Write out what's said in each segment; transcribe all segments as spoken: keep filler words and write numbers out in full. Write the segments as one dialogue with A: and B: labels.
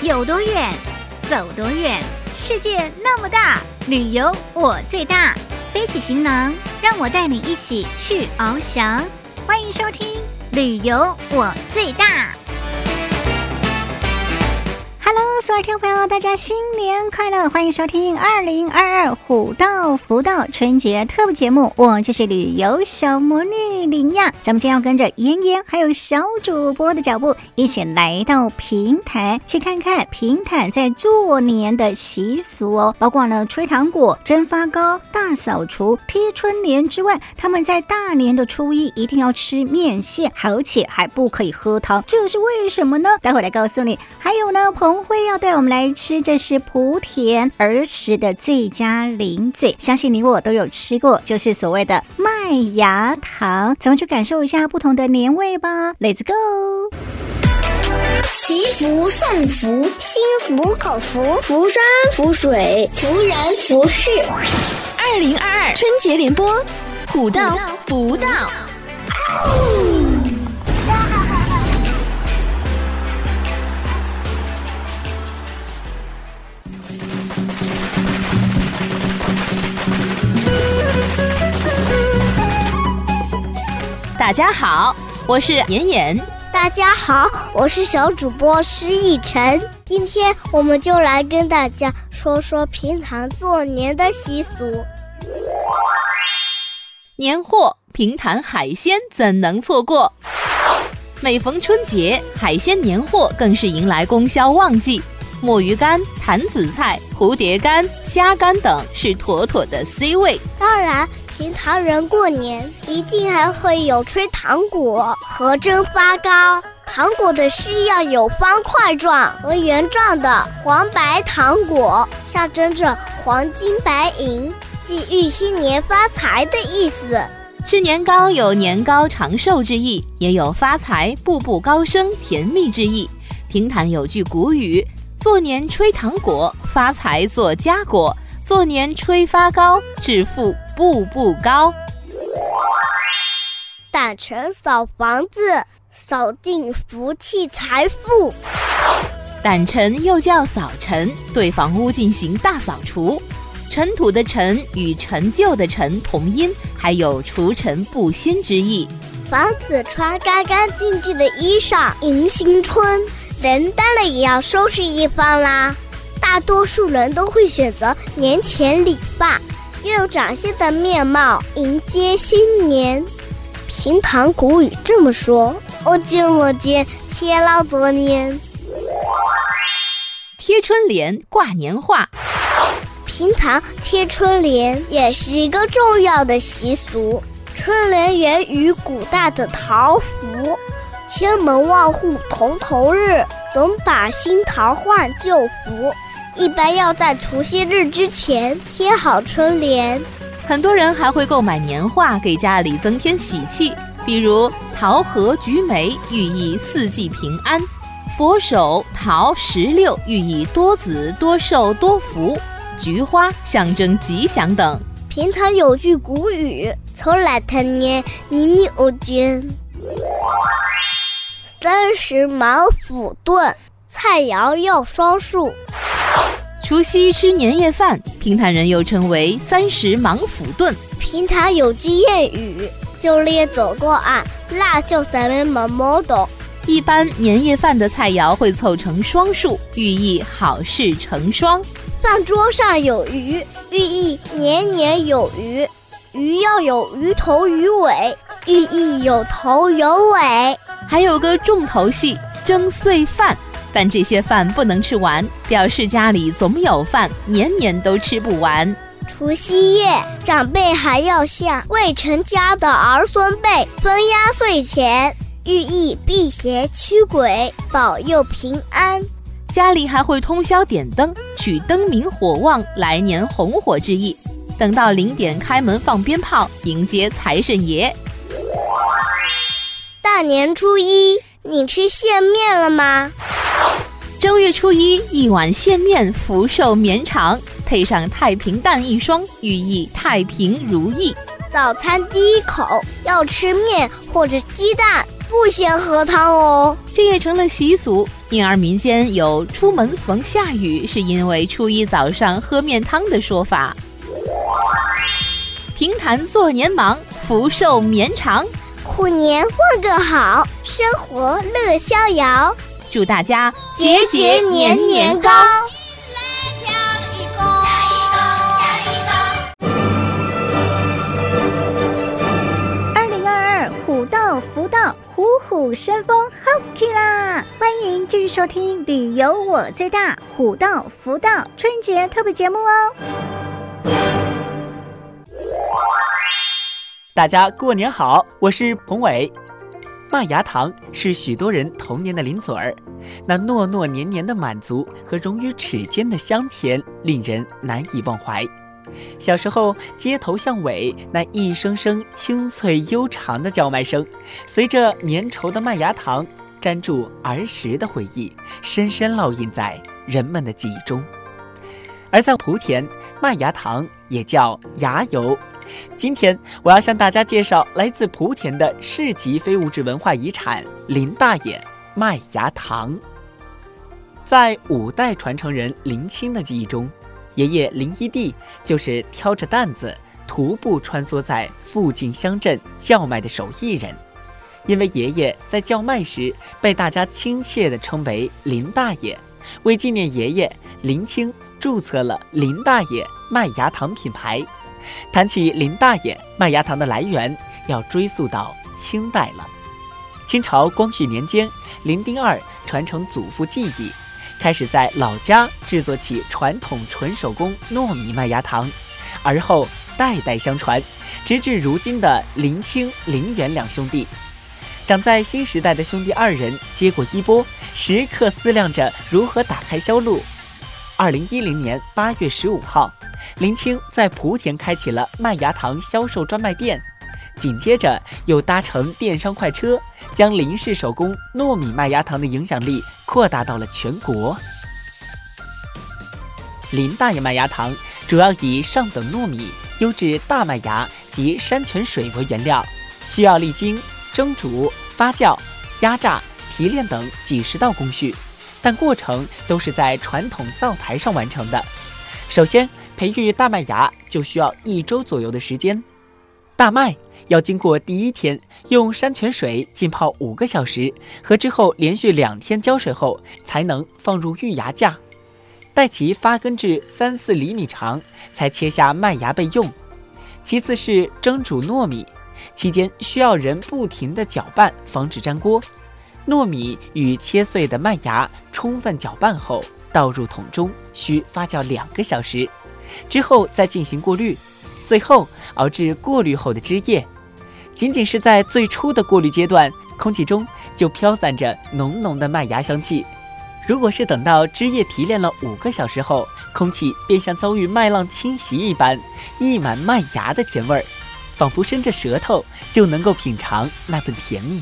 A: 有多远走多远，世界那么大，旅游我最大。背起行囊，让我带你一起去翱翔。欢迎收听旅游我最大。Hello， 所有听众朋友，大家新年快乐！欢迎收听二零二二虎道福道春节特别节目，我就是旅游小魔女林亚。咱们今天要跟着妍妍还有小主播的脚步，一起来到平潭，去看看平潭在做年的习俗哦，包括呢吹糖果、蒸发糕、大扫除、贴春联之外，他们在大年的初一一定要吃面线，而且还不可以喝汤，这是为什么呢？待会来告诉你。还有呢，彭辉要带我们来吃，这是莆田儿时的最佳零嘴，相信你我都有吃过，就是所谓的麦芽糖。咱们去感受一下不同的年味吧 ，Let's go！
B: 祈福送福，心服口服，福山福水，福人福事。
C: 二零二二春节联播，虎道福道。大家好，我是妍妍。
B: 大家好，我是小主播施逸晨。今天我们就来跟大家说说平潭做年的习俗。
C: 年货，平潭海鲜怎能错过？每逢春节，海鲜年货更是迎来供销旺季。墨鱼干、坛子菜、蝴蝶干、虾干等是妥妥的 C 位。
B: 当然，平潭人过年一定还会有吹糖果和蒸发糕。糖果的是要有方块状和圆状的黄白糖果，象征着黄金白银，即寓新年发财的意思。
C: 吃年糕有年高长寿之意，也有发财步步高升甜蜜之意。平潭有句古语，做年吹糖果，发财做家果；做年吹发糕，致富步步高。
B: 掸尘扫房子，扫尽福气财富。
C: 掸尘又叫扫尘，对房屋进行大扫除。尘土的尘与陈旧的陈同音，还有除尘布新之意。
B: 房子穿干干净净的衣裳迎新春，人当然也要收拾一番啦。大多数人都会选择年前理发，用崭新的面貌迎接新年。平潭古语这么说：我见我见，天老昨年。
C: 贴春联挂年画，
B: 平潭贴春联也是一个重要的习俗。春联源于古代的桃符，千门万户曈曈日，总把新桃换旧符。一般要在除夕日之前贴好春联。
C: 很多人还会购买年画给家里增添喜气，比如桃核菊梅寓意四季平安，佛手桃石榴寓意多子多寿多福，菊花象征吉祥等。
B: 平潭有句古语：从来他年年年我见。三十忙斧钝，菜肴要双数。
C: 除夕吃年夜饭，平潭人又称为三十忙斧钝。
B: 平潭有句谚语：就列走过岸，辣就咱们忙毛懂。
C: 一般年夜饭的菜肴会凑成双数，寓意好事成双。
B: 饭桌上有鱼，寓意年年有余。鱼要有鱼头鱼尾，寓意有头有尾。
C: 还有个重头戏，蒸岁饭，但这些饭不能吃完，表示家里总有饭，年年都吃不完。
B: 除夕夜，长辈还要向未成家的儿孙辈分压岁钱，寓意辟邪驱鬼，保佑平安。
C: 家里还会通宵点灯，取灯明火旺，来年红火之意。等到零点开门放鞭炮，迎接财神爷。
B: 大年初一，你吃线面了吗？
C: 正月初一，一碗线面福寿绵长，配上太平蛋一双，寓意太平如意。
B: 早餐第一口要吃面或者鸡蛋， 不先喝汤哦。
C: 这也成了习俗，因而民间有出门逢下雨是因为初一早上喝面汤的说法。平谈做年忙，福寿绵长，
B: 虎年万个好，生活乐逍遥。
C: 祝大家
B: 节节年年高。
A: 二零二二虎到福到，虎虎生风，好起啦！欢迎继续收听旅游我最大虎到福到春节特别节目哦。
D: 大家过年好，我是彭伟。麦芽糖是许多人童年的零嘴儿，那糯糯黏黏的满足和融于齿间的香甜，令人难以忘怀。小时候街头巷尾那一声声清脆悠长的叫卖声，随着粘稠的麦芽糖粘住儿时的回忆，深深烙印在人们的记忆中。而在莆田，麦芽糖也叫芽油。今天我要向大家介绍来自莆田的市级非物质文化遗产林大爷麦芽糖。在五代传承人林清的记忆中，爷爷林一弟就是挑着担子徒步穿梭在附近乡镇叫卖的手艺人。因为爷爷在叫卖时被大家亲切地称为林大爷，为纪念爷爷，林清注册了林大爷麦芽糖品牌。谈起林大爷麦芽糖的来源，要追溯到清代了。清朝光绪年间，林丁二传承祖父技艺，开始在老家制作起传统纯手工糯米麦芽糖，而后代代相传，直至如今的林清、林元两兄弟。长在新时代的兄弟二人接过衣钵，时刻思量着如何打开销路。二零一零年八月十五号，林清在莆田开启了麦芽糖销售专卖店，紧接着又搭乘电商快车，将林氏手工糯米麦芽糖的影响力扩大到了全国。林大爷麦芽糖主要以上等糯米、优质大麦芽及山泉水为原料，需要历经蒸煮、发酵、压榨、提炼等几十道工序，但过程都是在传统灶台上完成的。首先培育大麦芽就需要一周左右的时间，大麦要经过第一天用山泉水浸泡五个小时，和之后连续两天浇水后，才能放入育芽架，待其发根至三四厘米长，才切下麦芽备用。其次是蒸煮糯米，期间需要人不停地搅拌，防止粘锅。糯米与切碎的麦芽充分搅拌后，倒入桶中，需发酵两个小时，之后再进行过滤，最后熬至过滤后的汁液。仅仅是在最初的过滤阶段，空气中就飘散着浓浓的麦芽香气。如果是等到汁液提炼了五个小时后，空气便像遭遇麦浪侵袭一般，溢满麦芽的甜味儿，仿佛伸着舌头就能够品尝那份甜蜜。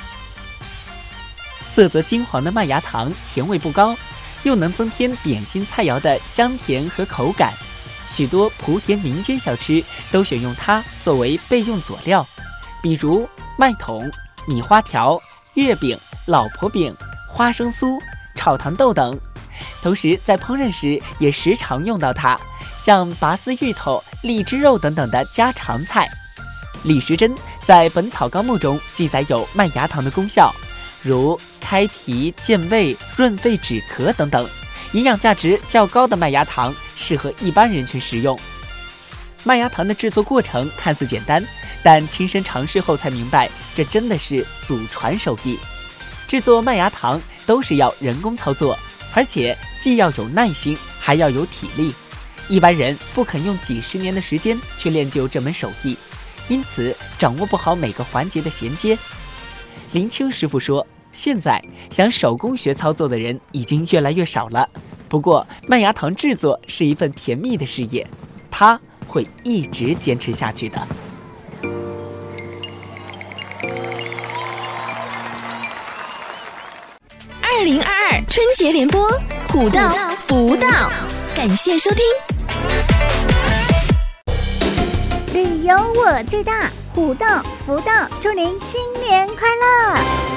D: 色泽金黄的麦芽糖甜味不高，又能增添点心菜肴的香甜和口感，许多莆田民间小吃都选用它作为备用佐料，比如麦筒、米花条、月饼、老婆饼、花生酥、炒糖豆等。同时在烹饪时也时常用到它，像拔丝芋头、荔枝肉等等的家常菜。李时珍在《本草纲目》中记载有麦芽糖的功效，如开脾、健胃、润肺止咳等等，营养价值较高的麦芽糖适合一般人群食用。麦芽糖的制作过程看似简单，但亲身尝试后才明白，这真的是祖传手艺。制作麦芽糖都是要人工操作，而且既要有耐心，还要有体力。一般人不肯用几十年的时间去练就这门手艺，因此掌握不好每个环节的衔接。林清师傅说，现在想手工学操作的人已经越来越少了，不过麦芽糖制作是一份甜蜜的事业，他会一直坚持下去的。
E: 二零二二春节联播，虎到福到，感谢收听。
A: 旅游我最大， 虎到福到，祝您新年快乐！